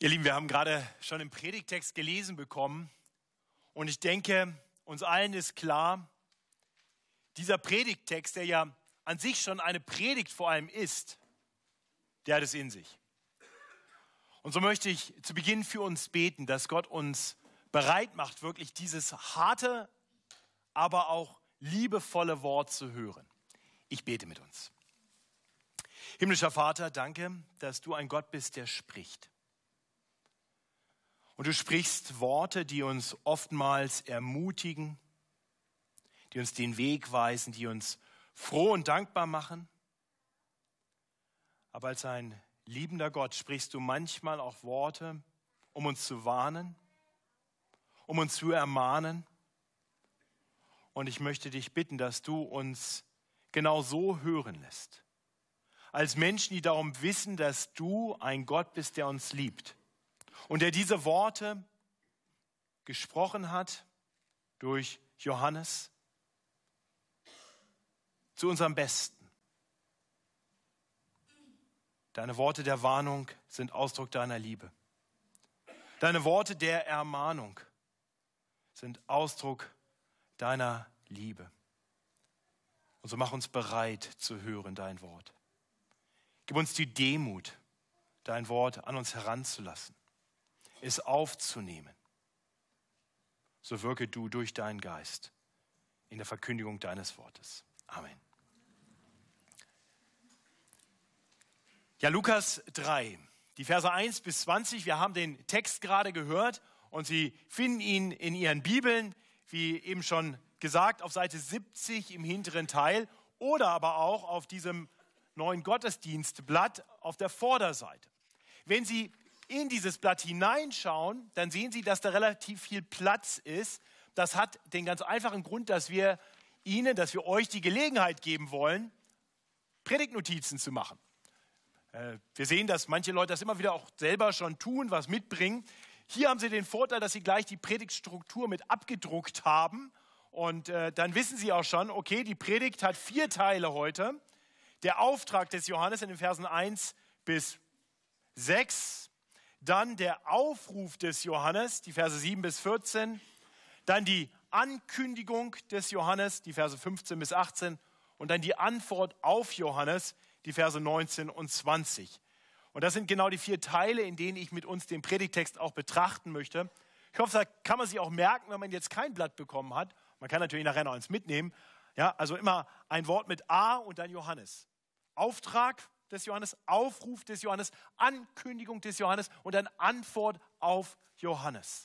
Ihr Lieben, wir haben gerade schon im Predigttext gelesen bekommen und ich denke, uns allen ist klar, dieser Predigttext, der ja an sich schon eine Predigt vor allem ist, der hat es in sich. Und so möchte ich zu Beginn für uns beten, dass Gott uns bereit macht, wirklich dieses harte, aber auch liebevolle Wort zu hören. Ich bete mit uns. Himmlischer Vater, danke, dass du ein Gott bist, der spricht. Und du sprichst Worte, die uns oftmals ermutigen, die uns den Weg weisen, die uns froh und dankbar machen. Aber als ein liebender Gott sprichst du manchmal auch Worte, um uns zu warnen, um uns zu ermahnen. Und ich möchte dich bitten, dass du uns genau so hören lässt. Als Menschen, die darum wissen, dass du ein Gott bist, der uns liebt. Und der diese Worte gesprochen hat durch Johannes zu unserem Besten. Deine Worte der Warnung sind Ausdruck deiner Liebe. Deine Worte der Ermahnung sind Ausdruck deiner Liebe. Und so mach uns bereit zu hören, dein Wort. Gib uns die Demut, dein Wort an uns heranzulassen, es aufzunehmen. So wirke du durch deinen Geist in der Verkündigung deines Wortes. Amen. Ja, Lukas 3, die Verse 1 bis 20, wir haben den Text gerade gehört und Sie finden ihn in Ihren Bibeln, wie eben schon gesagt, auf Seite 70 im hinteren Teil oder aber auch auf diesem neuen Gottesdienstblatt auf der Vorderseite. Wenn Sie in dieses Blatt hineinschauen, dann sehen Sie, dass da relativ viel Platz ist. Das hat den ganz einfachen Grund, dass wir euch die Gelegenheit geben wollen, Predigtnotizen zu machen. Wir sehen, dass manche Leute das immer wieder auch selber schon tun, was mitbringen. Hier haben Sie den Vorteil, dass Sie gleich die Predigtstruktur mit abgedruckt haben. Und dann wissen Sie auch schon, okay, die Predigt hat 4 Teile heute. Der Auftrag des Johannes in den Versen 1 bis 6. Dann der Aufruf des Johannes, die Verse 7 bis 14. Dann die Ankündigung des Johannes, die Verse 15 bis 18. Und dann die Antwort auf Johannes, die Verse 19 und 20. Und das sind genau die 4 Teile, in denen ich mit uns den Predigtext auch betrachten möchte. Ich hoffe, da kann man sich auch merken, wenn man jetzt kein Blatt bekommen hat. Man kann natürlich nachher noch eins mitnehmen. Ja, also immer ein Wort mit A und dann Johannes. Auftrag des Johannes, Aufruf des Johannes, Ankündigung des Johannes und dann Antwort auf Johannes.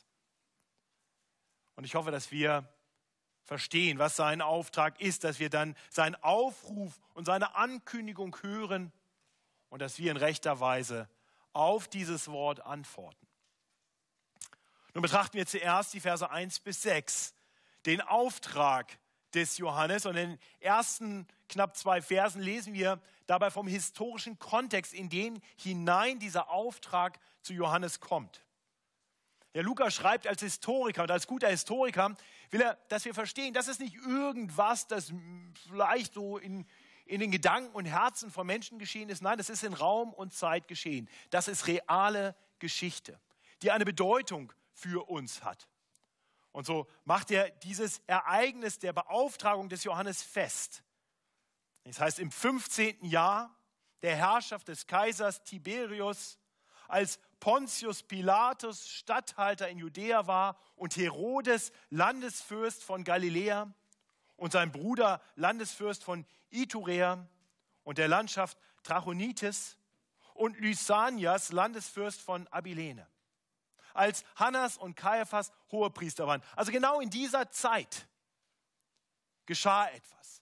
Und ich hoffe, dass wir verstehen, was sein Auftrag ist, dass wir dann seinen Aufruf und seine Ankündigung hören und dass wir in rechter Weise auf dieses Wort antworten. Nun betrachten wir zuerst die Verse 1 bis 6, den Auftrag des Johannes. Und in den ersten knapp 2 Versen lesen wir dabei vom historischen Kontext, in den hinein dieser Auftrag zu Johannes kommt. Der Lukas schreibt als Historiker und als guter Historiker will er, dass wir verstehen, das ist nicht irgendwas, das vielleicht so in den Gedanken und Herzen von Menschen geschehen ist. Nein, das ist in Raum und Zeit geschehen. Das ist reale Geschichte, die eine Bedeutung für uns hat. Und so macht er dieses Ereignis der Beauftragung des Johannes fest. Das heißt, im 15. Jahr der Herrschaft des Kaisers Tiberius, als Pontius Pilatus Statthalter in Judäa war und Herodes Landesfürst von Galiläa und sein Bruder Landesfürst von Iturea und der Landschaft Trachonitis und Lysanias Landesfürst von Abilene. Als Hannas und Kaiaphas Hohepriester waren. Also genau in dieser Zeit geschah etwas.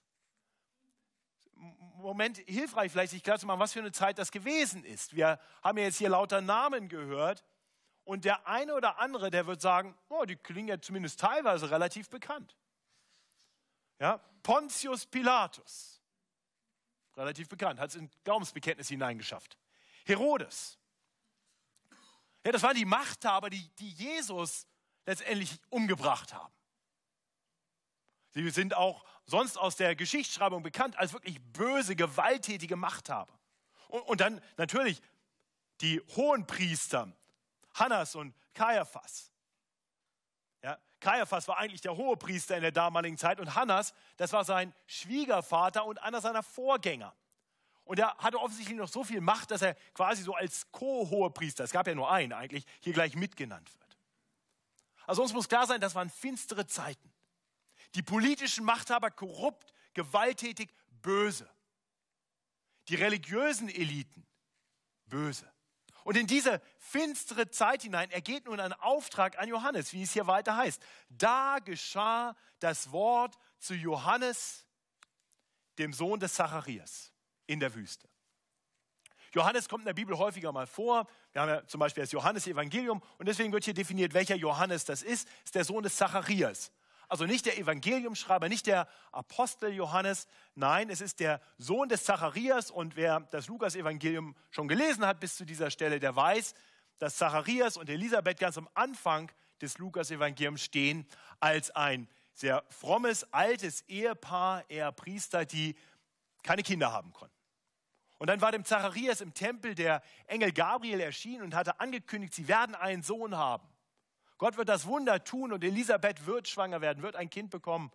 Moment, hilfreich vielleicht, sich klar zu machen, was für eine Zeit das gewesen ist. Wir haben ja jetzt hier lauter Namen gehört und der eine oder andere, der wird sagen, oh, die klingen ja zumindest teilweise relativ bekannt. Ja, Pontius Pilatus, relativ bekannt, hat es in Glaubensbekenntnis hineingeschafft. Herodes, ja, das waren die Machthaber, die Jesus letztendlich umgebracht haben. Sie sind auch sonst aus der Geschichtsschreibung bekannt als wirklich böse, gewalttätige Machthaber. Und dann natürlich die Hohenpriester, Hannas und Kaiaphas. Ja, Kaiaphas war eigentlich der Hohepriester in der damaligen Zeit und Hannas, das war sein Schwiegervater und einer seiner Vorgänger. Und er hatte offensichtlich noch so viel Macht, dass er quasi so als Co-Hohepriester, es gab ja nur einen eigentlich, hier gleich mitgenannt wird. Also uns muss klar sein, das waren finstere Zeiten. Die politischen Machthaber korrupt, gewalttätig, böse. Die religiösen Eliten, böse. Und in diese finstere Zeit hinein ergeht nun ein Auftrag an Johannes, wie es hier weiter heißt. Da geschah das Wort zu Johannes, dem Sohn des Zacharias, in der Wüste. Johannes kommt in der Bibel häufiger mal vor. Wir haben ja zum Beispiel das Johannes-Evangelium und deswegen wird hier definiert, welcher Johannes das ist. Das ist der Sohn des Zacharias. Also nicht der Evangeliumschreiber, nicht der Apostel Johannes. Nein, es ist der Sohn des Zacharias. Und wer das Lukas-Evangelium schon gelesen hat bis zu dieser Stelle, der weiß, dass Zacharias und Elisabeth ganz am Anfang des Lukas-Evangeliums stehen als ein sehr frommes, altes Ehepaar, eher Priester, die keine Kinder haben konnten. Und dann war dem Zacharias im Tempel der Engel Gabriel erschienen und hatte angekündigt, sie werden einen Sohn haben. Gott wird das Wunder tun und Elisabeth wird schwanger werden, wird ein Kind bekommen.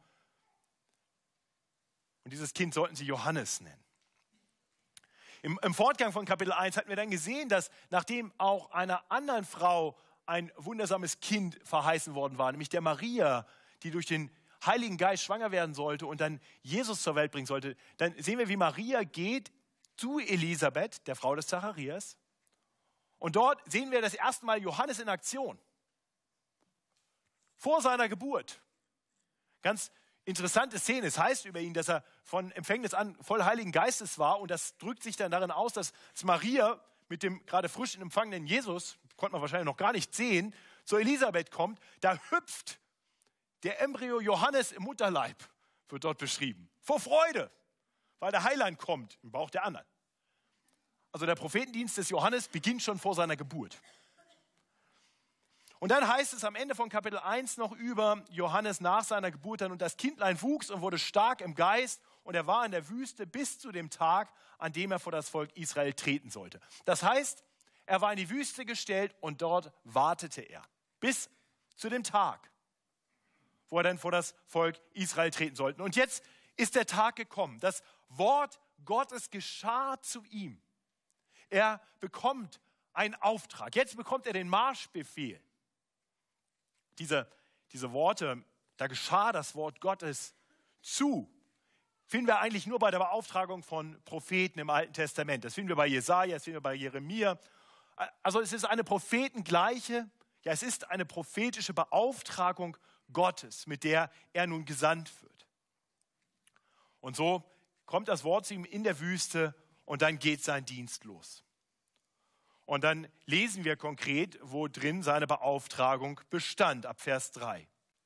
Und dieses Kind sollten sie Johannes nennen. Im Fortgang von Kapitel 1 hatten wir dann gesehen, dass nachdem auch einer anderen Frau ein wundersames Kind verheißen worden war, nämlich der Maria, die durch den Heiligen Geist schwanger werden sollte und dann Jesus zur Welt bringen sollte, dann sehen wir, wie Maria geht zu Elisabeth, der Frau des Zacharias. Und dort sehen wir das erste Mal Johannes in Aktion. Vor seiner Geburt. Ganz interessante Szene. Es heißt über ihn, dass er von Empfängnis an voll Heiligen Geistes war. Und das drückt sich dann darin aus, dass Maria mit dem gerade frisch empfangenen Jesus, konnte man wahrscheinlich noch gar nicht sehen, zu Elisabeth kommt. Da hüpft der Embryo Johannes im Mutterleib, wird dort beschrieben. Vor Freude, weil der Heiland kommt im Bauch der anderen. Also der Prophetendienst des Johannes beginnt schon vor seiner Geburt. Und dann heißt es am Ende von Kapitel 1 noch über Johannes nach seiner Geburt dann, und das Kindlein wuchs und wurde stark im Geist und er war in der Wüste bis zu dem Tag, an dem er vor das Volk Israel treten sollte. Das heißt, er war in die Wüste gestellt und dort wartete er bis zu dem Tag, wo er dann vor das Volk Israel treten sollte. Und jetzt ist der Tag gekommen. Das Wort Gottes geschah zu ihm. Er bekommt einen Auftrag. Jetzt bekommt er den Marschbefehl. Diese Worte, da geschah das Wort Gottes zu, finden wir eigentlich nur bei der Beauftragung von Propheten im Alten Testament. Das finden wir bei Jesaja, das finden wir bei Jeremia. Also es ist eine prophetengleiche, ja es ist eine prophetische Beauftragung Gottes, mit der er nun gesandt wird. Und so kommt das Wort zu ihm in der Wüste und dann geht sein Dienst los. Und dann lesen wir konkret, wo drin seine Beauftragung bestand, ab Vers 3.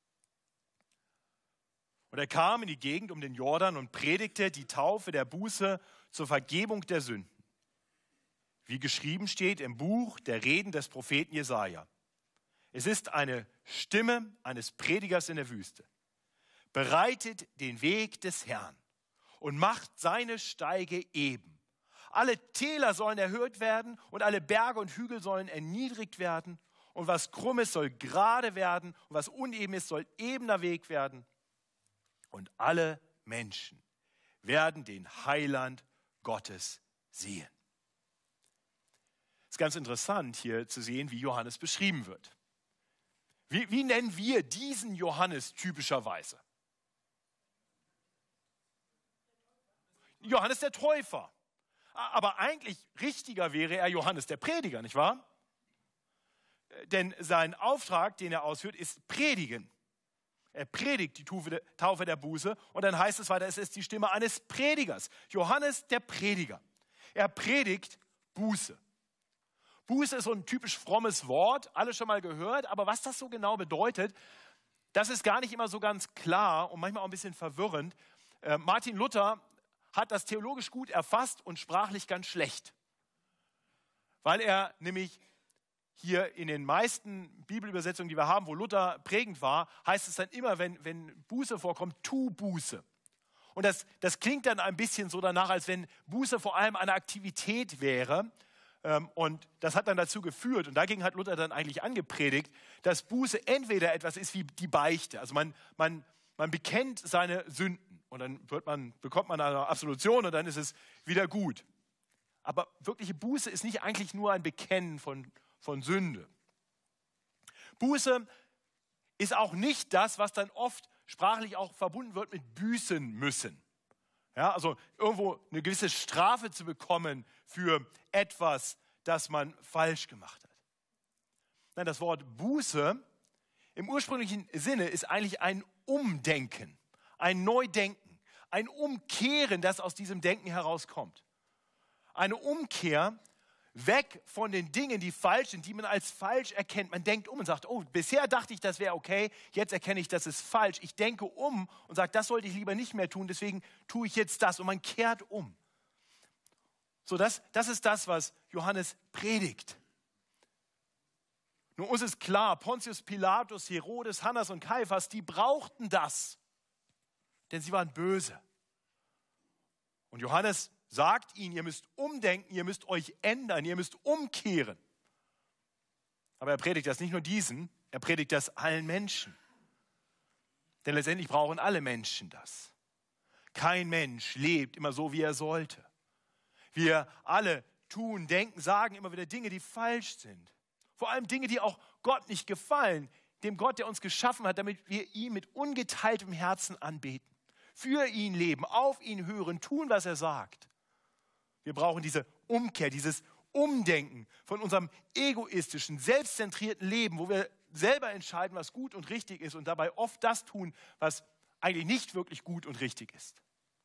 Und er kam in die Gegend um den Jordan und predigte die Taufe der Buße zur Vergebung der Sünden. Wie geschrieben steht im Buch der Reden des Propheten Jesaja. Es ist eine Stimme eines Predigers in der Wüste. Bereitet den Weg des Herrn und macht seine Steige eben. Alle Täler sollen erhöht werden und alle Berge und Hügel sollen erniedrigt werden. Und was krumm ist, soll gerade werden. Und was uneben ist, soll ebener Weg werden. Und alle Menschen werden den Heiland Gottes sehen. Es ist ganz interessant hier zu sehen, wie Johannes beschrieben wird. Wie nennen wir diesen Johannes typischerweise? Johannes der Täufer. Aber eigentlich richtiger wäre er Johannes der Prediger, nicht wahr? Denn sein Auftrag, den er ausführt, ist Predigen. Er predigt die Taufe der Buße und dann heißt es weiter, es ist die Stimme eines Predigers. Johannes der Prediger. Er predigt Buße. Buße ist so ein typisch frommes Wort, alle schon mal gehört, aber was das so genau bedeutet, das ist gar nicht immer so ganz klar und manchmal auch ein bisschen verwirrend. Martin Luther hat das theologisch gut erfasst und sprachlich ganz schlecht. Weil er nämlich hier in den meisten Bibelübersetzungen, die wir haben, wo Luther prägend war, heißt es dann immer, wenn Buße vorkommt, tu Buße. Und das klingt dann ein bisschen so danach, als wenn Buße vor allem eine Aktivität wäre, Und das hat dann dazu geführt, und dagegen hat Luther dann eigentlich angepredigt, dass Buße entweder etwas ist wie die Beichte. Also man bekennt seine Sünden und dann bekommt man eine Absolution und dann ist es wieder gut. Aber wirkliche Buße ist nicht eigentlich nur ein Bekennen von Sünde. Buße ist auch nicht das, was dann oft sprachlich auch verbunden wird mit büßen müssen. Ja, also irgendwo eine gewisse Strafe zu bekommen für etwas, das man falsch gemacht hat. Nein, das Wort Buße im ursprünglichen Sinne ist eigentlich ein Umdenken, ein Neudenken, ein Umkehren, das aus diesem Denken herauskommt. Eine Umkehr weg von den Dingen, die falsch sind, die man als falsch erkennt. Man denkt um und sagt, oh, bisher dachte ich, das wäre okay, jetzt erkenne ich, das ist falsch. Ich denke um und sage, das sollte ich lieber nicht mehr tun, deswegen tue ich jetzt das. Und man kehrt um. So, das ist das, was Johannes predigt. Nun, uns ist klar, Pontius Pilatus, Herodes, Hannas und Kaiphas, die brauchten das, denn sie waren böse. Und Johannes sagt ihnen, ihr müsst umdenken, ihr müsst euch ändern, ihr müsst umkehren. Aber er predigt das nicht nur diesen, er predigt das allen Menschen. Denn letztendlich brauchen alle Menschen das. Kein Mensch lebt immer so, wie er sollte. Wir alle tun, denken, sagen immer wieder Dinge, die falsch sind. Vor allem Dinge, die auch Gott nicht gefallen, dem Gott, der uns geschaffen hat, damit wir ihn mit ungeteiltem Herzen anbeten. Für ihn leben, auf ihn hören, tun, was er sagt. Wir brauchen diese Umkehr, dieses Umdenken von unserem egoistischen, selbstzentrierten Leben, wo wir selber entscheiden, was gut und richtig ist und dabei oft das tun, was eigentlich nicht wirklich gut und richtig ist.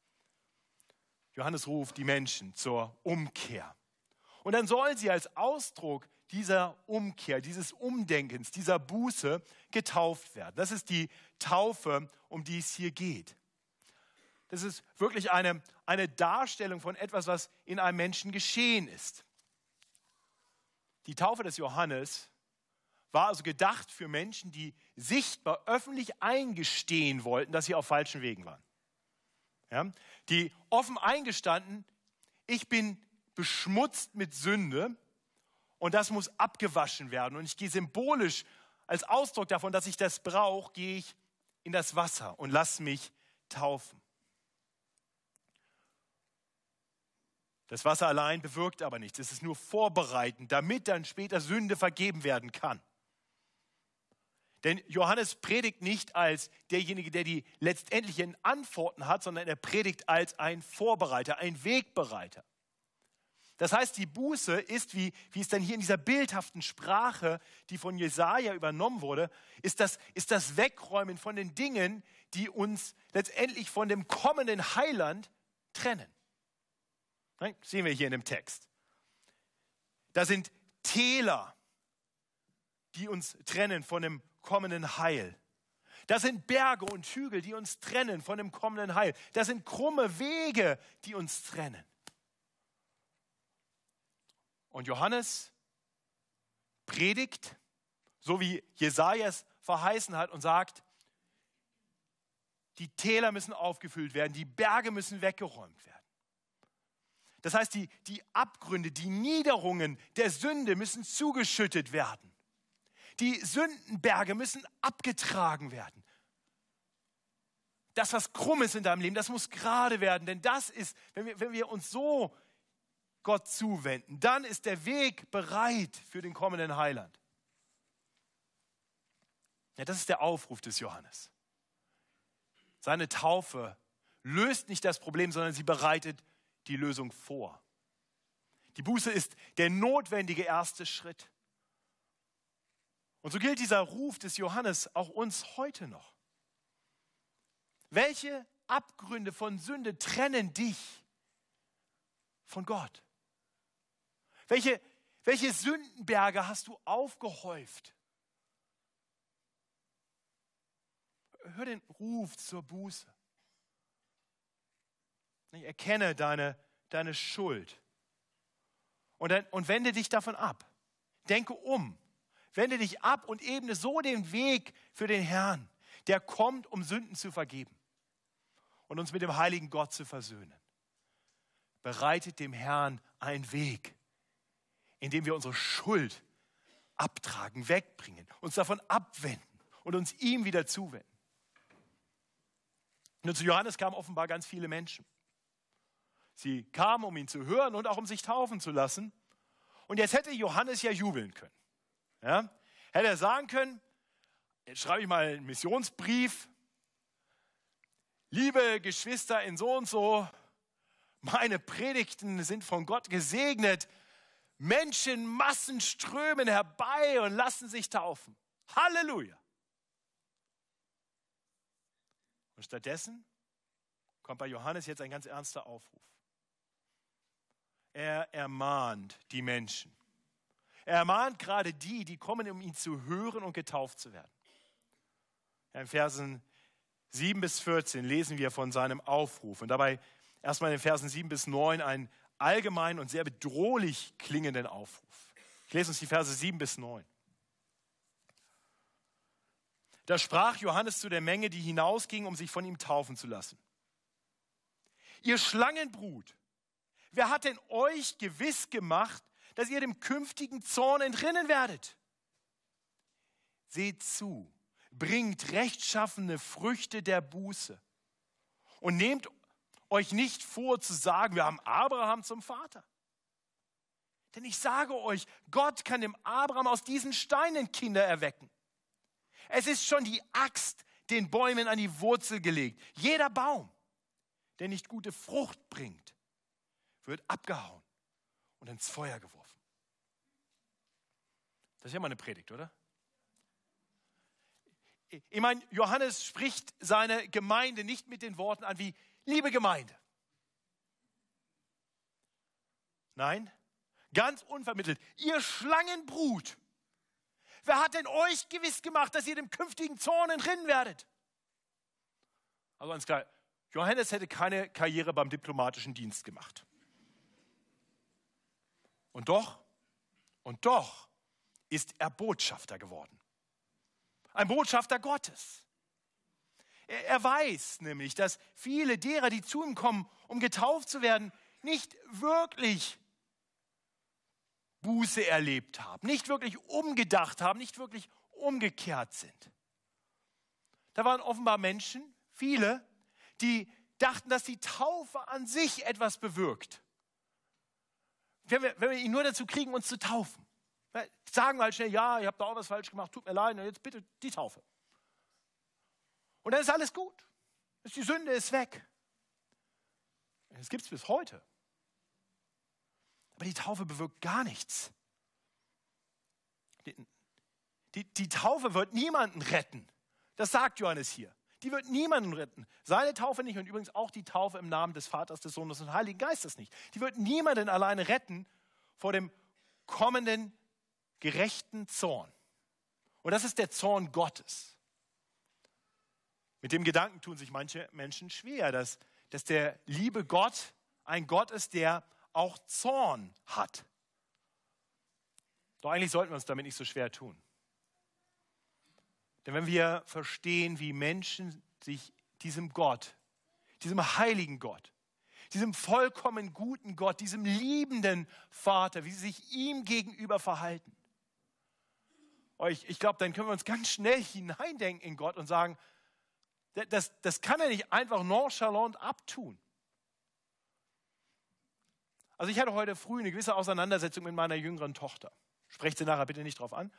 Johannes ruft die Menschen zur Umkehr. Und dann sollen sie als Ausdruck dieser Umkehr, dieses Umdenkens, dieser Buße getauft werden. Das ist die Taufe, um die es hier geht. Das ist wirklich eine Darstellung von etwas, was in einem Menschen geschehen ist. Die Taufe des Johannes war also gedacht für Menschen, die sichtbar öffentlich eingestehen wollten, dass sie auf falschen Wegen waren. Ja? Die offen eingestanden, ich bin beschmutzt mit Sünde und das muss abgewaschen werden. Und ich gehe symbolisch als Ausdruck davon, dass ich das brauche, gehe ich in das Wasser und lasse mich taufen. Das Wasser allein bewirkt aber nichts. Es ist nur vorbereitend, damit dann später Sünde vergeben werden kann. Denn Johannes predigt nicht als derjenige, der die letztendlichen Antworten hat, sondern er predigt als ein Vorbereiter, ein Wegbereiter. Das heißt, die Buße ist, wie es dann hier in dieser bildhaften Sprache, die von Jesaja übernommen wurde, ist das Wegräumen von den Dingen, die uns letztendlich von dem kommenden Heiland trennen. Das sehen wir hier in dem Text. Da sind Täler, die uns trennen von dem kommenden Heil. Das sind Berge und Hügel, die uns trennen von dem kommenden Heil. Das sind krumme Wege, die uns trennen. Und Johannes predigt, so wie Jesaja es verheißen hat und sagt, die Täler müssen aufgefüllt werden, die Berge müssen weggeräumt werden. Das heißt, die Abgründe, die Niederungen der Sünde müssen zugeschüttet werden. Die Sündenberge müssen abgetragen werden. Das, was krumm ist in deinem Leben, das muss gerade werden. Denn das ist, wenn wir uns so Gott zuwenden, dann ist der Weg bereit für den kommenden Heiland. Ja, das ist der Aufruf des Johannes. Seine Taufe löst nicht das Problem, sondern sie bereitet die Lösung vor. Die Buße ist der notwendige erste Schritt. Und so gilt dieser Ruf des Johannes auch uns heute noch. Welche Abgründe von Sünde trennen dich von Gott? Welche Sündenberge hast du aufgehäuft? Hör den Ruf zur Buße. Erkenne deine Schuld und wende dich davon ab. Denke um. Wende dich ab und ebne so den Weg für den Herrn, der kommt, um Sünden zu vergeben und uns mit dem heiligen Gott zu versöhnen. Bereitet dem Herrn einen Weg. indem wir unsere Schuld abtragen, wegbringen, uns davon abwenden und uns ihm wieder zuwenden. Und zu Johannes kamen offenbar ganz viele Menschen. Sie kamen, um ihn zu hören und auch um sich taufen zu lassen. Und jetzt hätte Johannes ja jubeln können. Ja? Hätte er sagen können, jetzt schreibe ich mal einen Missionsbrief. Liebe Geschwister in so und so, meine Predigten sind von Gott gesegnet. Menschenmassen strömen herbei und lassen sich taufen. Halleluja! Und stattdessen kommt bei Johannes jetzt ein ganz ernster Aufruf. Er ermahnt die Menschen. Er ermahnt gerade die, die kommen, um ihn zu hören und getauft zu werden. In Versen 7 bis 14 lesen wir von seinem Aufruf. Und dabei erstmal in den Versen 7 bis 9 einen allgemeinen und sehr bedrohlich klingenden Aufruf. Ich lese uns die Verse 7 bis 9. Da sprach Johannes zu der Menge, die hinausging, um sich von ihm taufen zu lassen. Ihr Schlangenbrut, wer hat denn euch gewiss gemacht, dass ihr dem künftigen Zorn entrinnen werdet? Seht zu, bringt rechtschaffene Früchte der Buße und nehmt euch nicht vor zu sagen, wir haben Abraham zum Vater. Denn ich sage euch, Gott kann dem Abraham aus diesen Steinen Kinder erwecken. Es ist schon die Axt den Bäumen an die Wurzel gelegt. Jeder Baum, der nicht gute Frucht bringt, wird abgehauen und ins Feuer geworfen. Das ist ja mal eine Predigt, oder? Ich meine, Johannes spricht seine Gemeinde nicht mit den Worten an wie, liebe Gemeinde. Nein, ganz unvermittelt, ihr Schlangenbrut. Wer hat denn euch gewiss gemacht, dass ihr dem künftigen Zorn entrinnen werdet? Also ganz klar, Johannes hätte keine Karriere beim diplomatischen Dienst gemacht. Und doch ist er Botschafter geworden. Ein Botschafter Gottes. Er weiß nämlich, dass viele derer, die zu ihm kommen, um getauft zu werden, nicht wirklich Buße erlebt haben, nicht wirklich umgedacht haben, nicht wirklich umgekehrt sind. Da waren offenbar Menschen, viele, die dachten, dass die Taufe an sich etwas bewirkt. Wenn wir ihn nur dazu kriegen, uns zu taufen. Sagen wir halt schnell, ja, ihr habt da auch was falsch gemacht, tut mir leid, und jetzt bitte die Taufe. Und dann ist alles gut. Die Sünde ist weg. Das gibt es bis heute. Aber die Taufe bewirkt gar nichts. Die Taufe wird niemanden retten. Das sagt Johannes hier. Die wird niemanden retten. Seine Taufe nicht und übrigens auch die Taufe im Namen des Vaters, des Sohnes und Heiligen Geistes nicht. Die wird niemanden alleine retten vor dem kommenden gerechten Zorn. Und das ist der Zorn Gottes. Mit dem Gedanken tun sich manche Menschen schwer, dass der liebe Gott ein Gott ist, der auch Zorn hat. Doch eigentlich sollten wir uns damit nicht so schwer tun. Denn wenn wir verstehen, wie Menschen sich diesem Gott, diesem heiligen Gott, diesem vollkommen guten Gott, diesem liebenden Vater, wie sie sich ihm gegenüber verhalten, ich glaube, dann können wir uns ganz schnell hineindenken in Gott und sagen, das kann er nicht einfach nonchalant abtun. Also ich hatte heute früh eine gewisse Auseinandersetzung mit meiner jüngeren Tochter. Sprecht sie nachher bitte nicht drauf an.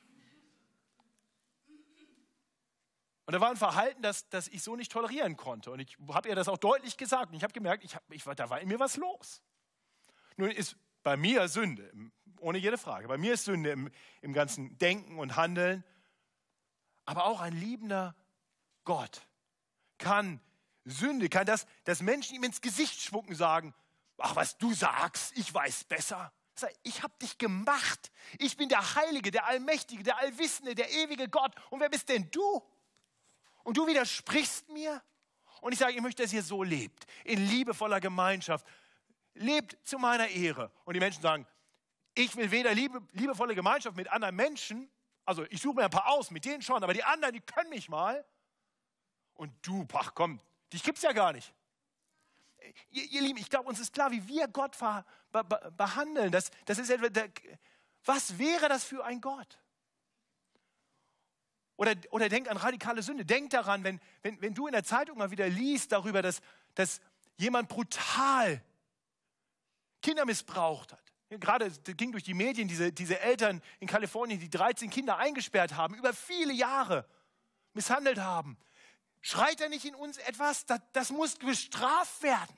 Und da war ein Verhalten, das ich so nicht tolerieren konnte. Und ich habe ihr das auch deutlich gesagt. Und ich habe gemerkt, da war in mir was los. Nun ist bei mir Sünde, ohne jede Frage. Bei mir ist Sünde im ganzen Denken und Handeln. Aber auch ein liebender Gott kann dass Menschen ihm ins Gesicht spucken, sagen, ach, was du sagst, ich weiß besser. Ich habe dich gemacht. Ich bin der Heilige, der Allmächtige, der Allwissende, der ewige Gott. Und wer bist denn du? Und du widersprichst mir? Und ich sage, ich möchte, dass ihr so lebt, in liebevoller Gemeinschaft. Lebt zu meiner Ehre. Und die Menschen sagen, ich will weder liebevolle Gemeinschaft mit anderen Menschen, also ich suche mir ein paar aus, mit denen schon, aber die anderen, die können mich mal. Und du, ach komm, dich gibt's ja gar nicht. ihr Lieben, ich glaube, uns ist klar, wie wir Gott behandeln. Das ist etwa, was wäre das für ein Gott? Oder denk an radikale Sünde. Denk daran, wenn du in der Zeitung mal wieder liest darüber, dass jemand brutal Kinder missbraucht hat. Gerade ging durch die Medien, diese Eltern in Kalifornien, die 13 Kinder eingesperrt haben, über viele Jahre misshandelt haben. Schreit er nicht in uns etwas? Das muss bestraft werden.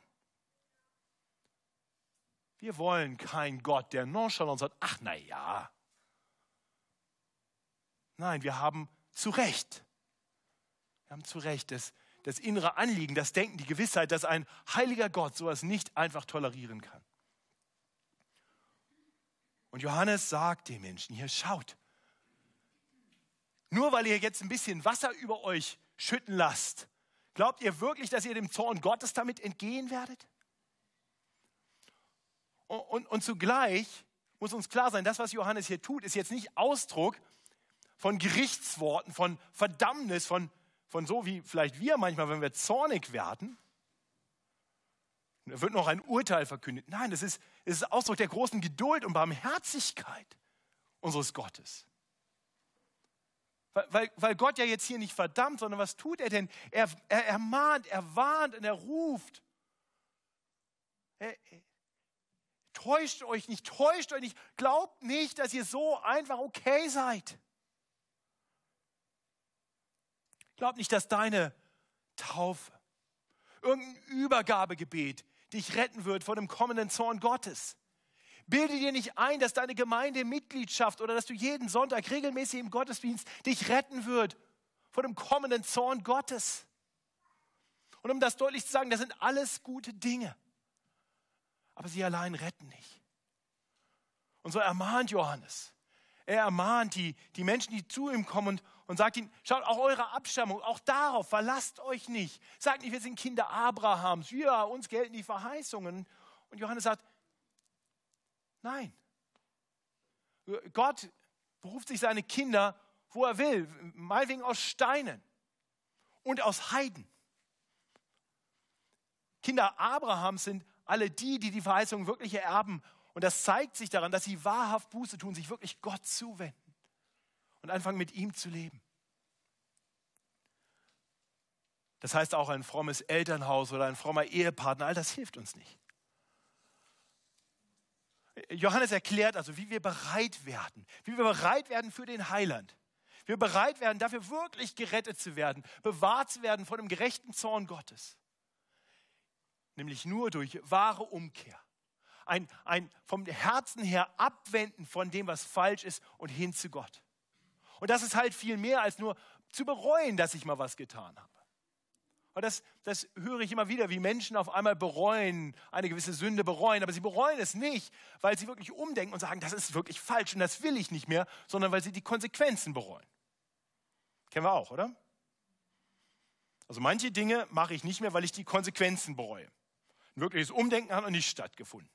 Wir wollen keinen Gott, der nonchalant sagt, ach na ja. Nein, wir haben zu Recht das innere Anliegen, das Denken, die Gewissheit, dass ein heiliger Gott sowas nicht einfach tolerieren kann. Und Johannes sagt den Menschen hier, schaut, nur weil ihr jetzt ein bisschen Wasser über euch schütten lasst, glaubt ihr wirklich, dass ihr dem Zorn Gottes damit entgehen werdet? Und zugleich muss uns klar sein, das, was Johannes hier tut, ist jetzt nicht Ausdruck von Gerichtsworten, von Verdammnis, von so wie vielleicht wir manchmal, wenn wir zornig werden. Da wird noch ein Urteil verkündet. Nein, es ist Ausdruck der großen Geduld und Barmherzigkeit unseres Gottes. Weil Gott ja jetzt hier nicht verdammt, sondern was tut er denn? Er ermahnt, er warnt und er ruft. Täuscht euch nicht, glaubt nicht, dass ihr so einfach okay seid. Glaubt nicht, dass deine Taufe, irgendein Übergabegebet dich retten wird vor dem kommenden Zorn Gottes. Bilde dir nicht ein, dass deine Gemeindemitgliedschaft oder dass du jeden Sonntag regelmäßig im Gottesdienst dich retten wird vor dem kommenden Zorn Gottes. Und um das deutlich zu sagen, das sind alles gute Dinge. Aber sie allein retten nicht. Und so ermahnt Johannes. Er ermahnt die Menschen, die zu ihm kommen und sagt ihnen, schaut, auch eure Abstammung, auch darauf verlasst euch nicht. Sagt nicht, wir sind Kinder Abrahams, ja, uns gelten die Verheißungen. Und Johannes sagt, nein. Gott beruft sich seine Kinder, wo er will, meinetwegen aus Steinen und aus Heiden. Kinder Abrahams sind alle die Verheißungen wirklich ererben. Und das zeigt sich daran, dass sie wahrhaft Buße tun, sich wirklich Gott zuwenden und anfangen mit ihm zu leben. Das heißt auch ein frommes Elternhaus oder ein frommer Ehepartner, all das hilft uns nicht. Johannes erklärt also, wie wir bereit werden für den Heiland. Wie wir bereit werden, dafür wirklich gerettet zu werden, bewahrt zu werden vor dem gerechten Zorn Gottes. Nämlich nur durch wahre Umkehr. Ein vom Herzen her abwenden von dem, was falsch ist und hin zu Gott. Und das ist halt viel mehr als nur zu bereuen, dass ich mal was getan habe. Und das höre ich immer wieder, wie Menschen auf einmal bereuen, eine gewisse Sünde bereuen. Aber sie bereuen es nicht, weil sie wirklich umdenken und sagen, das ist wirklich falsch und das will ich nicht mehr, sondern weil sie die Konsequenzen bereuen. Kennen wir auch, oder? Also manche Dinge mache ich nicht mehr, weil ich die Konsequenzen bereue. Ein wirkliches Umdenken hat noch nicht stattgefunden.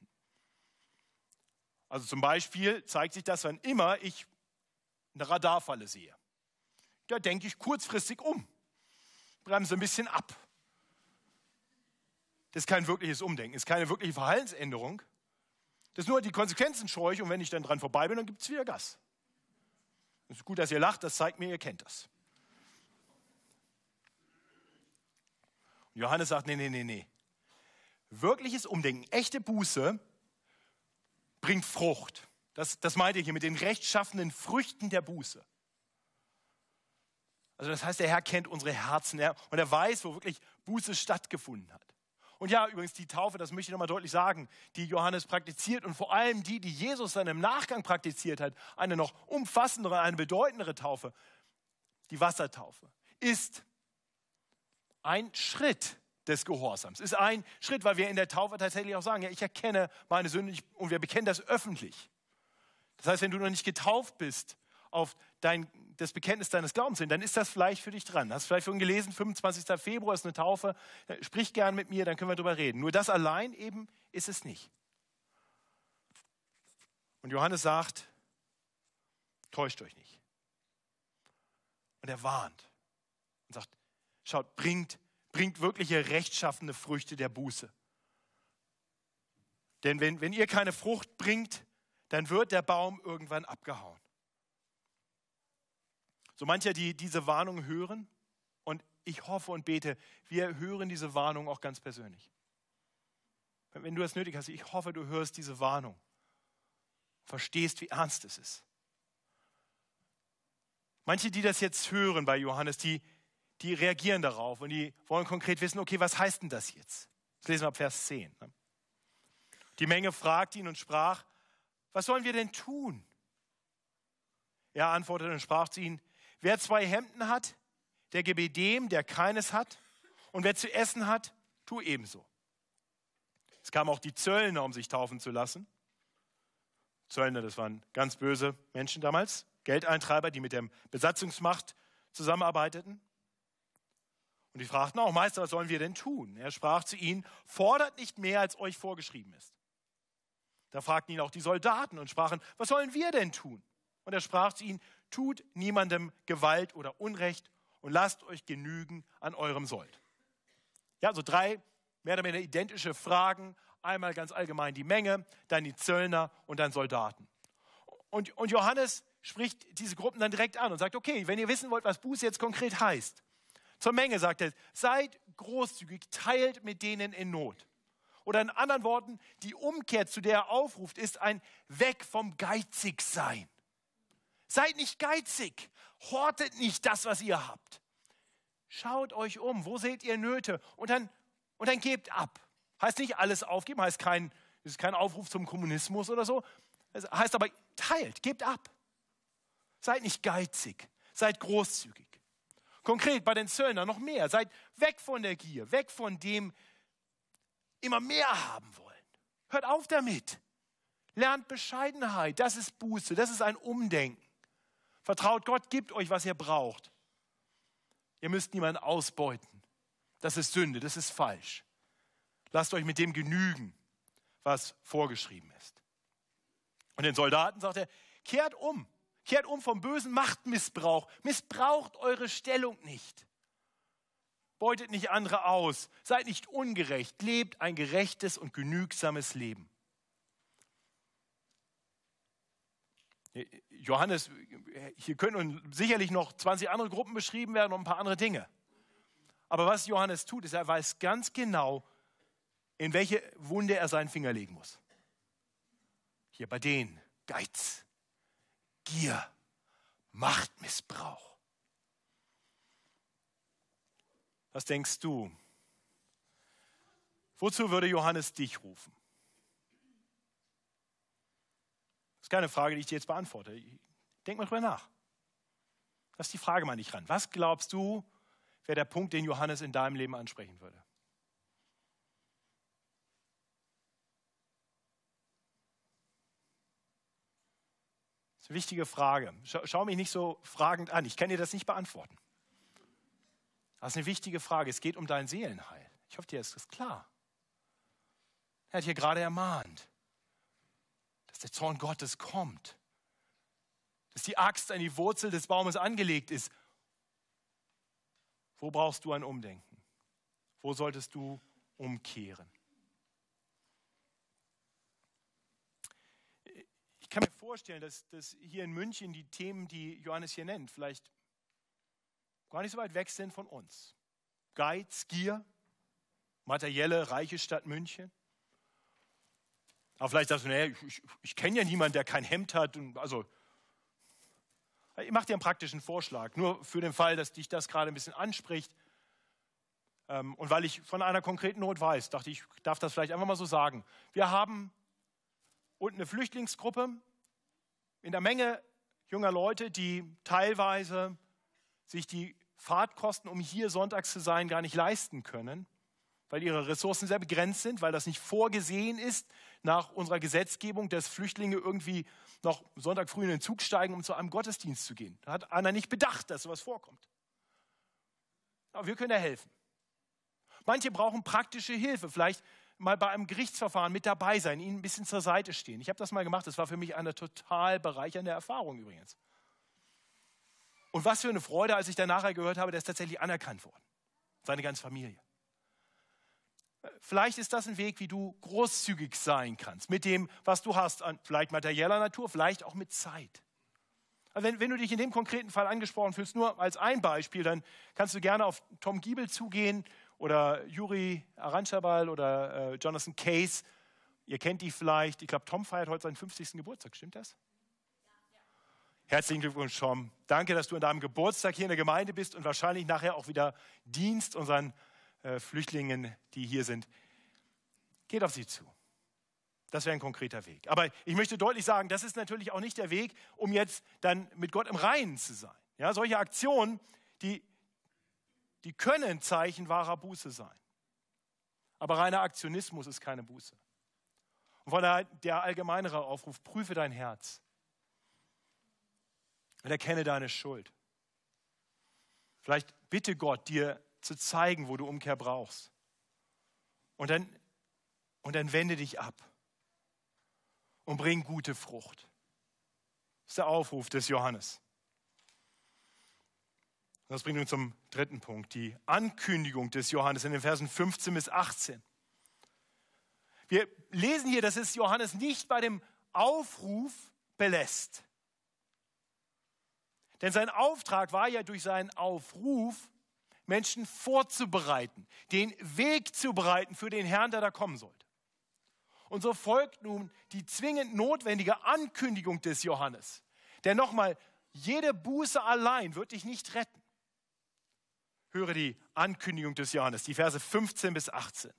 Also zum Beispiel zeigt sich das, wann immer ich eine Radarfalle sehe. Da denke ich kurzfristig um, bremse ein bisschen ab. Das ist kein wirkliches Umdenken, das ist keine wirkliche Verhaltensänderung. Das ist nur die Konsequenzen scheue ich und wenn ich dann dran vorbei bin, dann gibt es wieder Gas. Es ist gut, dass ihr lacht, das zeigt mir, ihr kennt das. Und Johannes sagt, nee. Wirkliches Umdenken, echte Buße bringt Frucht. Das meint ihr hier mit den rechtschaffenen Früchten der Buße. Also das heißt, der Herr kennt unsere Herzen und er weiß, wo wirklich Buße stattgefunden hat. Und ja, übrigens die Taufe, das möchte ich nochmal deutlich sagen, die Johannes praktiziert und vor allem die Jesus dann im Nachgang praktiziert hat, eine noch umfassendere, eine bedeutendere Taufe, die Wassertaufe, ist ein Schritt des Gehorsams. Ist ein Schritt, weil wir in der Taufe tatsächlich auch sagen, ja, ich erkenne meine Sünde und wir bekennen das öffentlich. Das heißt, wenn du noch nicht getauft bist auf das Bekenntnis deines Glaubens hin, dann ist das vielleicht für dich dran. Hast du vielleicht schon gelesen, 25. Februar ist eine Taufe, sprich gern mit mir, dann können wir darüber reden. Nur das allein eben ist es nicht. Und Johannes sagt, täuscht euch nicht. Und er warnt und sagt, schaut, bringt wirkliche rechtschaffene Früchte der Buße. Denn wenn ihr keine Frucht bringt, dann wird der Baum irgendwann abgehauen. So mancher, die diese Warnung hören, und ich hoffe und bete, wir hören diese Warnung auch ganz persönlich. Wenn du das nötig hast, ich hoffe, du hörst diese Warnung, verstehst, wie ernst es ist. Manche, die das jetzt hören bei Johannes, die reagieren darauf und die wollen konkret wissen, okay, was heißt denn das jetzt? Das lesen wir ab Vers 10. Die Menge fragt ihn und sprach, was sollen wir denn tun? Er antwortete und sprach zu ihnen, wer 2 Hemden hat, der gebe dem, der keines hat, und wer zu essen hat, tu ebenso. Es kamen auch die Zöllner, um sich taufen zu lassen. Zöllner, das waren ganz böse Menschen damals, Geldeintreiber, die mit der Besatzungsmacht zusammenarbeiteten. Und die fragten auch, Meister, was sollen wir denn tun? Er sprach zu ihnen, fordert nicht mehr, als euch vorgeschrieben ist. Da fragten ihn auch die Soldaten und sprachen, was sollen wir denn tun? Und er sprach zu ihnen, tut niemandem Gewalt oder Unrecht und lasst euch genügen an eurem Sold. Ja, so 3 mehr oder weniger identische Fragen. Einmal ganz allgemein die Menge, dann die Zöllner und dann Soldaten. Und Johannes spricht diese Gruppen dann direkt an und sagt, okay, wenn ihr wissen wollt, was Buße jetzt konkret heißt, zur Menge sagt er, seid großzügig, teilt mit denen in Not. Oder in anderen Worten, die Umkehr, zu der er aufruft, ist ein Weg vom Geizigsein. Seid nicht geizig, hortet nicht das, was ihr habt. Schaut euch um, wo seht ihr Nöte und dann gebt ab. Heißt nicht alles aufgeben, es ist kein Aufruf zum Kommunismus oder so. Es heißt aber, teilt, gebt ab. Seid nicht geizig, seid großzügig. Konkret bei den Zöllnern noch mehr. Seid weg von der Gier, weg von dem immer mehr haben wollen. Hört auf damit. Lernt Bescheidenheit. Das ist Buße, das ist ein Umdenken. Vertraut Gott, gibt euch, was ihr braucht. Ihr müsst niemanden ausbeuten. Das ist Sünde, das ist falsch. Lasst euch mit dem genügen, was vorgeschrieben ist. Und den Soldaten sagt er, kehrt um vom bösen Machtmissbrauch. Missbraucht eure Stellung nicht. Beutet nicht andere aus. Seid nicht ungerecht. Lebt ein gerechtes und genügsames Leben. Johannes, hier können sicherlich noch 20 andere Gruppen beschrieben werden und ein paar andere Dinge. Aber was Johannes tut, ist, er weiß ganz genau, in welche Wunde er seinen Finger legen muss. Hier bei denen Geiz, Gier, Machtmissbrauch. Was denkst du? Wozu würde Johannes dich rufen? Das ist keine Frage, die ich dir jetzt beantworte. Denk mal drüber nach. Lass die Frage mal nicht ran. Was glaubst du, wäre der Punkt, den Johannes in deinem Leben ansprechen würde? Das ist eine wichtige Frage. Schau mich nicht so fragend an. Ich kann dir das nicht beantworten. Das ist eine wichtige Frage. Es geht um dein Seelenheil. Ich hoffe, dir ist das klar. Er hat hier gerade ermahnt, dass der Zorn Gottes kommt. Dass die Axt an die Wurzel des Baumes angelegt ist. Wo brauchst du ein Umdenken? Wo solltest du umkehren? Ich kann mir vorstellen, dass hier in München die Themen, die Johannes hier nennt, vielleicht gar nicht so weit weg sind von uns. Geiz, Gier, materielle, reiche Stadt München. Aber vielleicht sagst du, naja, ich kenne ja niemanden, der kein Hemd hat. Also, ich mache dir einen praktischen Vorschlag, nur für den Fall, dass dich das gerade ein bisschen anspricht. Und weil ich von einer konkreten Not weiß, dachte ich, darf das vielleicht einfach mal so sagen. Wir haben unten eine Flüchtlingsgruppe in der Menge junger Leute, die teilweise sich die Fahrtkosten, um hier sonntags zu sein, gar nicht leisten können, weil ihre Ressourcen sehr begrenzt sind, weil das nicht vorgesehen ist nach unserer Gesetzgebung, dass Flüchtlinge irgendwie noch Sonntag früh in den Zug steigen, um zu einem Gottesdienst zu gehen. Da hat einer nicht bedacht, dass sowas vorkommt. Aber wir können da helfen. Manche brauchen praktische Hilfe, vielleicht mal bei einem Gerichtsverfahren mit dabei sein, ihnen ein bisschen zur Seite stehen. Ich habe das mal gemacht, das war für mich eine total bereichernde Erfahrung übrigens. Und was für eine Freude, als ich dann nachher gehört habe, der ist tatsächlich anerkannt worden. Seine ganze Familie. Vielleicht ist das ein Weg, wie du großzügig sein kannst mit dem, was du hast, vielleicht materieller Natur, vielleicht auch mit Zeit. Also wenn du dich in dem konkreten Fall angesprochen fühlst, nur als ein Beispiel, dann kannst du gerne auf Tom Giebel zugehen oder Juri Aranchabal oder Jonathan Case. Ihr kennt die vielleicht. Ich glaube, Tom feiert heute seinen 50. Geburtstag. Stimmt das? Ja. Herzlichen Glückwunsch, Tom. Danke, dass du an deinem Geburtstag hier in der Gemeinde bist und wahrscheinlich nachher auch wieder dienst unseren Flüchtlingen, die hier sind. Geht auf sie zu. Das wäre ein konkreter Weg. Aber ich möchte deutlich sagen, das ist natürlich auch nicht der Weg, um jetzt dann mit Gott im Reinen zu sein. Ja, solche Aktionen, die können Zeichen wahrer Buße sein. Aber reiner Aktionismus ist keine Buße. Und von daher der allgemeinere Aufruf, prüfe dein Herz und erkenne deine Schuld. Vielleicht bitte Gott, dir zu zeigen, wo du Umkehr brauchst. Und dann wende dich ab und bring gute Frucht. Das ist der Aufruf des Johannes. Und das bringt uns zum dritten Punkt, die Ankündigung des Johannes in den Versen 15 bis 18. Wir lesen hier, dass es Johannes nicht bei dem Aufruf belässt. Denn sein Auftrag war ja durch seinen Aufruf, Menschen vorzubereiten, den Weg zu bereiten für den Herrn, der da kommen sollte. Und so folgt nun die zwingend notwendige Ankündigung des Johannes. Denn nochmal, jede Buße allein wird dich nicht retten. Höre die Ankündigung des Johannes, die Verse 15 bis 18.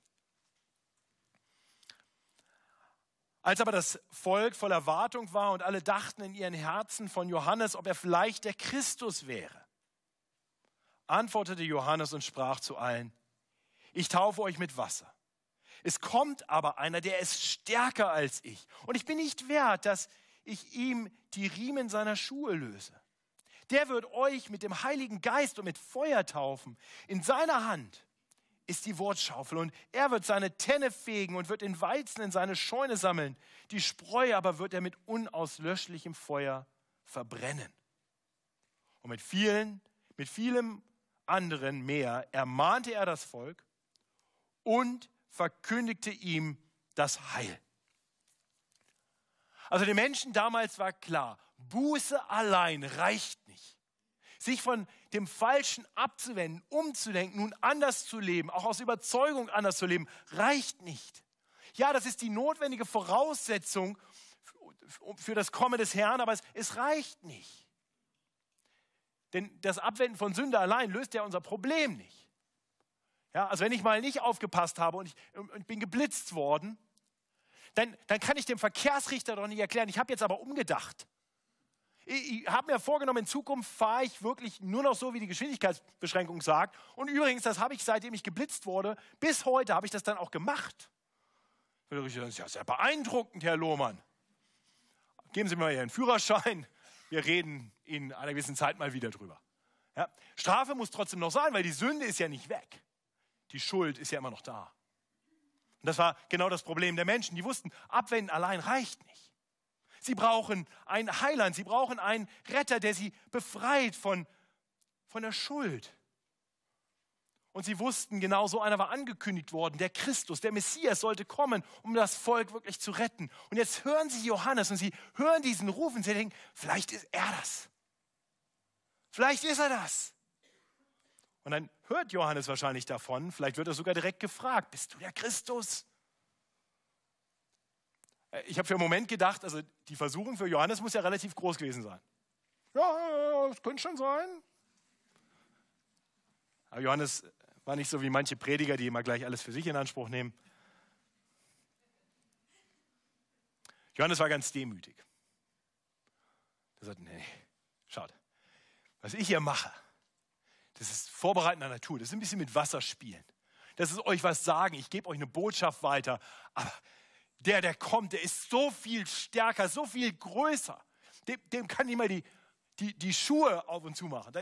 Als aber das Volk voll Erwartung war und alle dachten in ihren Herzen von Johannes, ob er vielleicht der Christus wäre, antwortete Johannes und sprach zu allen: Ich taufe euch mit Wasser. Es kommt aber einer, der ist stärker als ich. Und ich bin nicht wert, dass ich ihm die Riemen seiner Schuhe löse. Der wird euch mit dem Heiligen Geist und mit Feuer taufen. In seiner Hand ist die Wortschaufel und er wird seine Tenne fegen und wird den Weizen in seine Scheune sammeln. Die Spreu aber wird er mit unauslöschlichem Feuer verbrennen. Und mit vielem anderen mehr ermahnte er das Volk und verkündigte ihm das Heil. Also den Menschen damals war klar, Buße allein reicht nicht. Sich von dem Falschen abzuwenden, umzudenken, nun anders zu leben, auch aus Überzeugung anders zu leben, reicht nicht. Ja, das ist die notwendige Voraussetzung für das Kommen des Herrn, aber es reicht nicht. Denn das Abwenden von Sünde allein löst ja unser Problem nicht. Ja, also wenn ich mal nicht aufgepasst habe und ich bin geblitzt worden, dann kann ich dem Verkehrsrichter doch nicht erklären, ich habe jetzt aber umgedacht. Ich habe mir vorgenommen, in Zukunft fahre ich wirklich nur noch so, wie die Geschwindigkeitsbeschränkung sagt. Und übrigens, das habe ich, seitdem ich geblitzt wurde, bis heute habe ich das dann auch gemacht. Das ist ja sehr beeindruckend, Herr Lohmann. Geben Sie mir mal Ihren Führerschein. Wir reden in einer gewissen Zeit mal wieder drüber. Ja? Strafe muss trotzdem noch sein, weil die Sünde ist ja nicht weg. Die Schuld ist ja immer noch da. Und das war genau das Problem der Menschen. Die wussten, abwenden allein reicht nicht. Sie brauchen einen Heiland, sie brauchen einen Retter, der sie befreit von der Schuld. Und sie wussten, genau so einer war angekündigt worden, der Christus, der Messias sollte kommen, um das Volk wirklich zu retten. Und jetzt hören sie Johannes und sie hören diesen Ruf und sie denken, vielleicht ist er das. Vielleicht ist er das. Und dann hört Johannes wahrscheinlich davon, vielleicht wird er sogar direkt gefragt, bist du der Christus? Ich habe für einen Moment gedacht, also die Versuchung für Johannes muss ja relativ groß gewesen sein. Ja, das könnte schon sein. Aber Johannes war nicht so wie manche Prediger, die immer gleich alles für sich in Anspruch nehmen. Johannes war ganz demütig. Er sagte, nee, schaut, was ich hier mache, das ist vorbereitender Natur, das ist ein bisschen mit Wasser spielen. Das ist euch was sagen, ich gebe euch eine Botschaft weiter, aber der kommt, der ist so viel stärker, so viel größer. Dem kann ich mal die Schuhe auf und zu machen.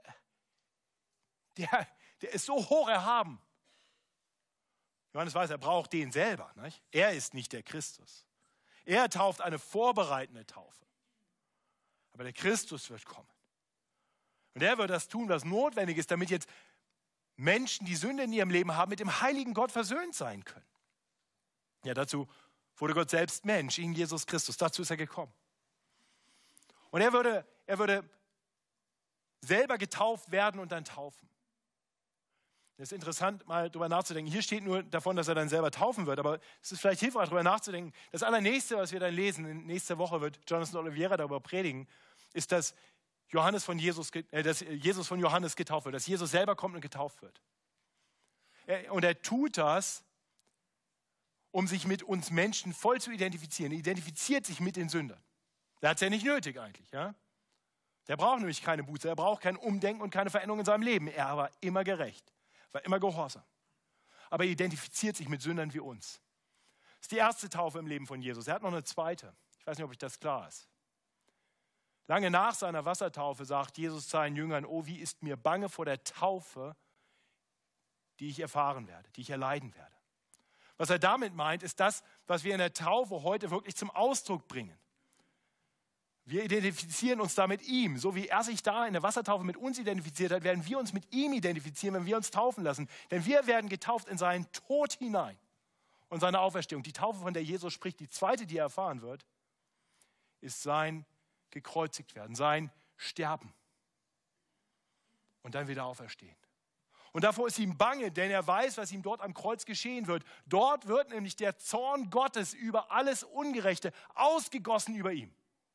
Der ist so hoch erhaben. Johannes weiß, er braucht den selber. Nicht? Er ist nicht der Christus. Er tauft eine vorbereitende Taufe. Aber der Christus wird kommen. Und er wird das tun, was notwendig ist, damit jetzt Menschen, die Sünde in ihrem Leben haben, mit dem heiligen Gott versöhnt sein können. Ja, dazu wurde Gott selbst Mensch, in Jesus Christus. Dazu ist er gekommen. Und er würde selber getauft werden und dann taufen. Das ist interessant, mal darüber nachzudenken. Hier steht nur davon, dass er dann selber taufen wird, aber es ist vielleicht hilfreich, darüber nachzudenken. Das Allernächste, was wir dann lesen, nächste Woche wird Jonathan Oliveira darüber predigen, ist, dass Jesus von Johannes getauft wird, dass Jesus selber kommt und getauft wird. Und er tut das, um sich mit uns Menschen voll zu identifizieren. Er identifiziert sich mit den Sündern. Der hat es ja nicht nötig eigentlich. Ja? Der braucht nämlich keine Buße, er braucht kein Umdenken und keine Veränderung in seinem Leben. Er war immer gerecht, war immer gehorsam. Aber er identifiziert sich mit Sündern wie uns. Das ist die erste Taufe im Leben von Jesus. Er hat noch eine zweite. Ich weiß nicht, ob euch das klar ist. Lange nach seiner Wassertaufe sagt Jesus seinen Jüngern, oh, wie ist mir bange vor der Taufe, die ich erfahren werde, die ich erleiden werde. Was er damit meint, ist das, was wir in der Taufe heute wirklich zum Ausdruck bringen. Wir identifizieren uns da mit ihm. So wie er sich da in der Wassertaufe mit uns identifiziert hat, werden wir uns mit ihm identifizieren, wenn wir uns taufen lassen. Denn wir werden getauft in seinen Tod hinein und seine Auferstehung. Die Taufe, von der Jesus spricht, die zweite, die er erfahren wird, ist sein gekreuzigt werden, sein Sterben und dann wieder auferstehen. Und davor ist ihm bange, denn er weiß, was ihm dort am Kreuz geschehen wird. Dort wird nämlich der Zorn Gottes über alles Ungerechte ausgegossen über ihm.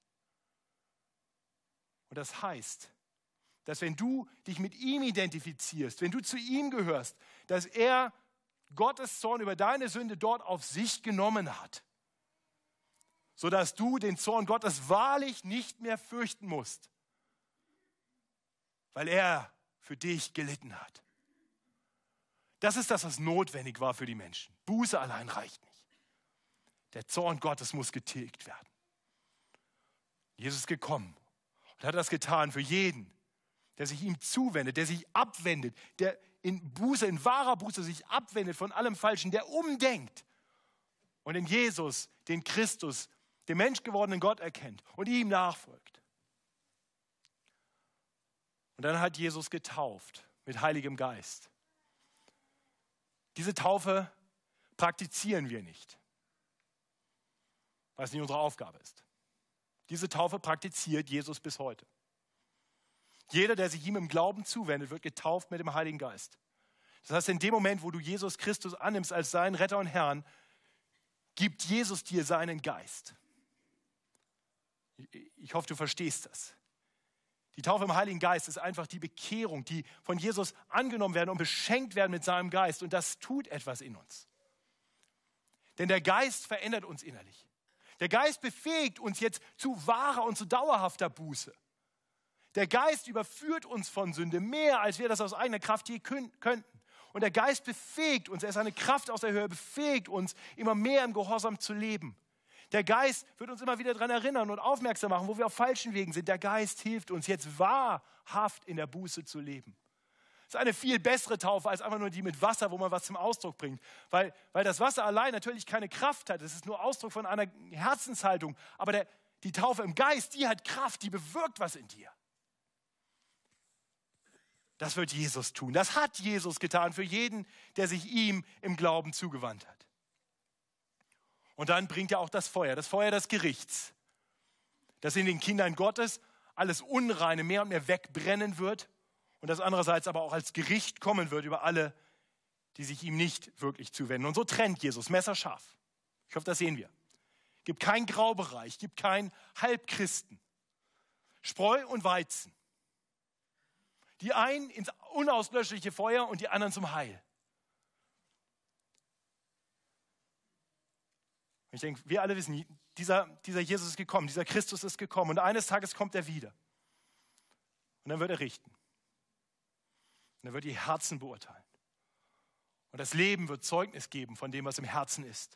Und das heißt, dass wenn du dich mit ihm identifizierst, wenn du zu ihm gehörst, dass er Gottes Zorn über deine Sünde dort auf sich genommen hat, sodass du den Zorn Gottes wahrlich nicht mehr fürchten musst, weil er für dich gelitten hat. Das ist das, was notwendig war für die Menschen. Buße allein reicht nicht. Der Zorn Gottes muss getilgt werden. Jesus ist gekommen und hat das getan für jeden, der sich ihm zuwendet, der sich abwendet, der in wahrer Buße sich abwendet von allem Falschen, der umdenkt und in Jesus, den Christus, den menschgewordenen Gott erkennt und ihm nachfolgt. Und dann hat Jesus getauft mit Heiligem Geist. Diese Taufe praktizieren wir nicht, weil es nicht unsere Aufgabe ist. Diese Taufe praktiziert Jesus bis heute. Jeder, der sich ihm im Glauben zuwendet, wird getauft mit dem Heiligen Geist. Das heißt, in dem Moment, wo du Jesus Christus annimmst als seinen Retter und Herrn, gibt Jesus dir seinen Geist. Ich hoffe, du verstehst das. Die Taufe im Heiligen Geist ist einfach die Bekehrung, die von Jesus angenommen werden und beschenkt werden mit seinem Geist. Und das tut etwas in uns. Denn der Geist verändert uns innerlich. Der Geist befähigt uns jetzt zu wahrer und zu dauerhafter Buße. Der Geist überführt uns von Sünde mehr, als wir das aus eigener Kraft je könnten. Und der Geist befähigt uns, er ist eine Kraft aus der Höhe, befähigt uns, immer mehr im Gehorsam zu leben. Der Geist wird uns immer wieder daran erinnern und aufmerksam machen, wo wir auf falschen Wegen sind. Der Geist hilft uns, jetzt wahrhaft in der Buße zu leben. Das ist eine viel bessere Taufe als einfach nur die mit Wasser, wo man was zum Ausdruck bringt. Weil das Wasser allein natürlich keine Kraft hat. Es ist nur Ausdruck von einer Herzenshaltung. Aber die Taufe im Geist, die hat Kraft, die bewirkt was in dir. Das wird Jesus tun. Das hat Jesus getan für jeden, der sich ihm im Glauben zugewandt hat. Und dann bringt er auch das Feuer des Gerichts, das in den Kindern Gottes alles Unreine mehr und mehr wegbrennen wird und das andererseits aber auch als Gericht kommen wird über alle, die sich ihm nicht wirklich zuwenden. Und so trennt Jesus messerscharf. Ich hoffe, das sehen wir. Gibt keinen Graubereich, gibt keinen Halbchristen. Spreu und Weizen. Die einen ins unauslöschliche Feuer und die anderen zum Heil. Ich denke, wir alle wissen, dieser Jesus ist gekommen, dieser Christus ist gekommen und eines Tages kommt er wieder. Und dann wird er richten. Und er wird die Herzen beurteilen. Und das Leben wird Zeugnis geben von dem, was im Herzen ist.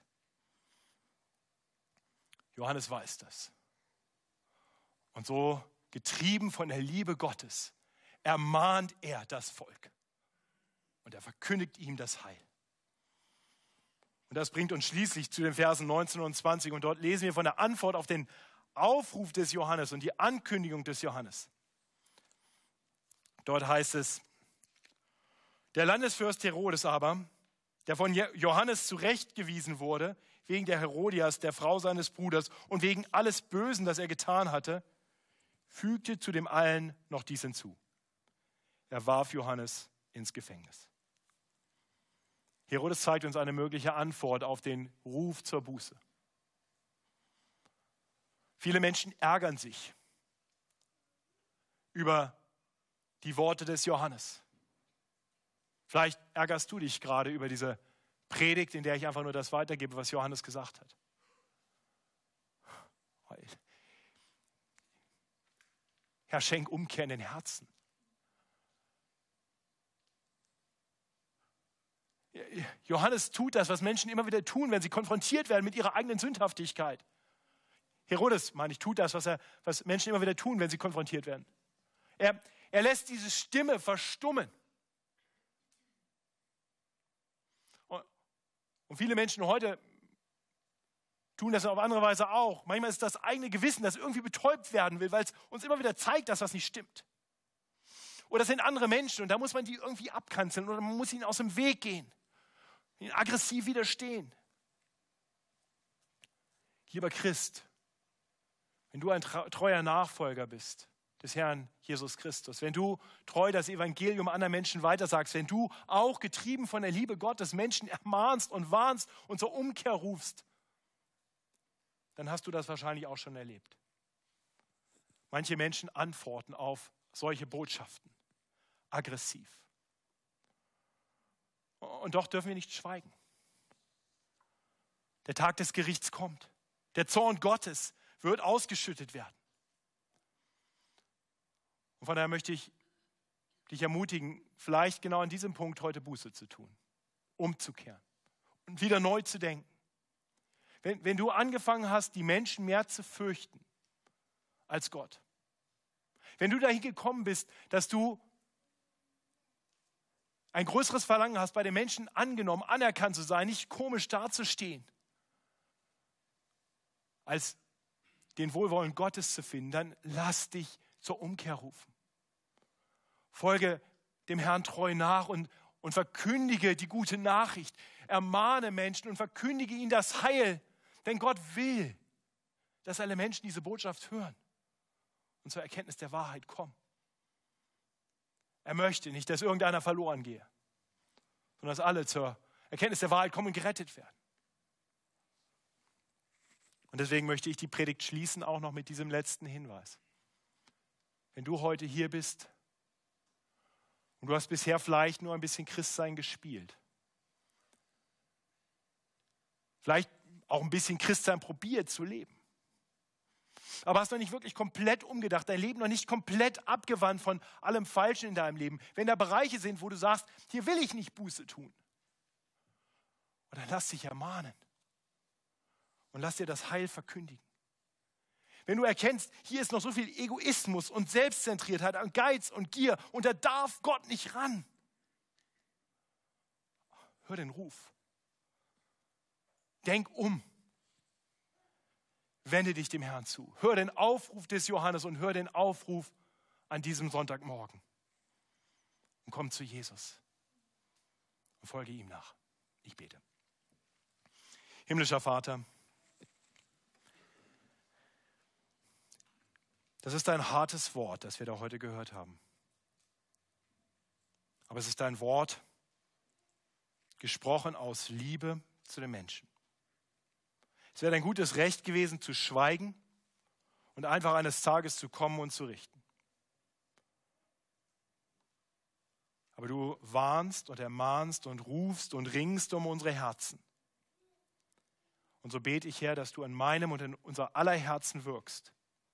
Johannes weiß das. Und so, getrieben von der Liebe Gottes, ermahnt er das Volk. Und er verkündigt ihm das Heil. Und das bringt uns schließlich zu den Versen 19 und 20. Und dort lesen wir von der Antwort auf den Aufruf des Johannes und die Ankündigung des Johannes. Dort heißt es, Der Landesfürst Herodes aber, der von Johannes zurechtgewiesen wurde, wegen der Herodias, der Frau seines Bruders, und wegen alles Bösen, das er getan hatte, fügte zu dem allen noch dies hinzu. Er warf Johannes ins Gefängnis. Herodes zeigt uns eine mögliche Antwort auf den Ruf zur Buße. Viele Menschen ärgern sich über die Worte des Johannes. Vielleicht ärgerst du dich gerade über diese Predigt, in der ich einfach nur das weitergebe, was Johannes gesagt hat. Herr, schenk Umkehr in den Herzen. Johannes tut das, was Menschen immer wieder tun, wenn sie konfrontiert werden mit ihrer eigenen Sündhaftigkeit. Herodes, meine ich, tut das, was Menschen immer wieder tun, wenn sie konfrontiert werden. Er lässt diese Stimme verstummen. Und viele Menschen heute tun das auf andere Weise auch. Manchmal ist das eigene Gewissen, das irgendwie betäubt werden will, weil es uns immer wieder zeigt, dass das nicht stimmt. Oder das sind andere Menschen und da muss man die irgendwie abkanzeln oder man muss ihnen aus dem Weg gehen, ihnen aggressiv widerstehen. Lieber Christ, wenn du ein treuer Nachfolger bist des Herrn Jesus Christus, wenn du treu das Evangelium anderen Menschen weitersagst, wenn du auch getrieben von der Liebe Gottes Menschen ermahnst und warnst und zur Umkehr rufst, dann hast du das wahrscheinlich auch schon erlebt. Manche Menschen antworten auf solche Botschaften aggressiv. Und doch dürfen wir nicht schweigen. Der Tag des Gerichts kommt. Der Zorn Gottes wird ausgeschüttet werden. Und von daher möchte ich dich ermutigen, vielleicht genau an diesem Punkt heute Buße zu tun, umzukehren und wieder neu zu denken. Wenn du angefangen hast, die Menschen mehr zu fürchten als Gott, wenn du dahin gekommen bist, dass du ein größeres Verlangen hast, bei den Menschen angenommen, anerkannt zu sein, nicht komisch dazustehen, als den Wohlwollen Gottes zu finden, dann lass dich zur Umkehr rufen. Folge dem Herrn treu nach und verkündige die gute Nachricht. Ermahne Menschen und verkündige ihnen das Heil. Denn Gott will, dass alle Menschen diese Botschaft hören und zur Erkenntnis der Wahrheit kommen. Er möchte nicht, dass irgendeiner verloren gehe, sondern dass alle zur Erkenntnis der Wahrheit kommen und gerettet werden. Und deswegen möchte ich die Predigt schließen, auch noch mit diesem letzten Hinweis. Wenn du heute hier bist und du hast bisher vielleicht nur ein bisschen Christsein gespielt, vielleicht auch ein bisschen Christsein probiert zu leben, aber hast noch nicht wirklich komplett umgedacht, dein Leben noch nicht komplett abgewandt von allem Falschen in deinem Leben. Wenn da Bereiche sind, wo du sagst, hier will ich nicht Buße tun, und dann lass dich ermahnen und lass dir das Heil verkündigen. Wenn du erkennst, hier ist noch so viel Egoismus und Selbstzentriertheit und Geiz und Gier und da darf Gott nicht ran. Hör den Ruf. Denk um. Wende dich dem Herrn zu. Hör den Aufruf des Johannes und hör den Aufruf an diesem Sonntagmorgen. Und komm zu Jesus und folge ihm nach. Ich bete. Himmlischer Vater, das ist ein hartes Wort, das wir da heute gehört haben. Aber es ist ein Wort, gesprochen aus Liebe zu den Menschen. Es wäre ein gutes Recht gewesen, zu schweigen und einfach eines Tages zu kommen und zu richten. Aber du warnst und ermahnst und rufst und ringst um unsere Herzen. Und so bete ich, Herr, dass du in meinem und in unser aller Herzen wirkst.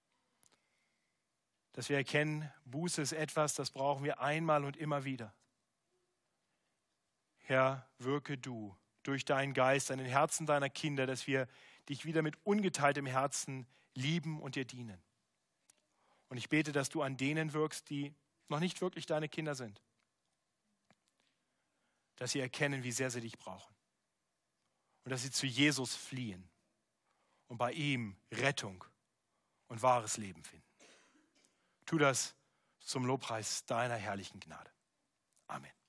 Dass wir erkennen, Buße ist etwas, das brauchen wir einmal und immer wieder. Herr, wirke du durch deinen Geist an den Herzen deiner Kinder, dass wir dich wieder mit ungeteiltem Herzen lieben und dir dienen. Und ich bete, dass du an denen wirkst, die noch nicht wirklich deine Kinder sind. Dass sie erkennen, wie sehr sie dich brauchen. Und dass sie zu Jesus fliehen und bei ihm Rettung und wahres Leben finden. Tu das zum Lobpreis deiner herrlichen Gnade. Amen.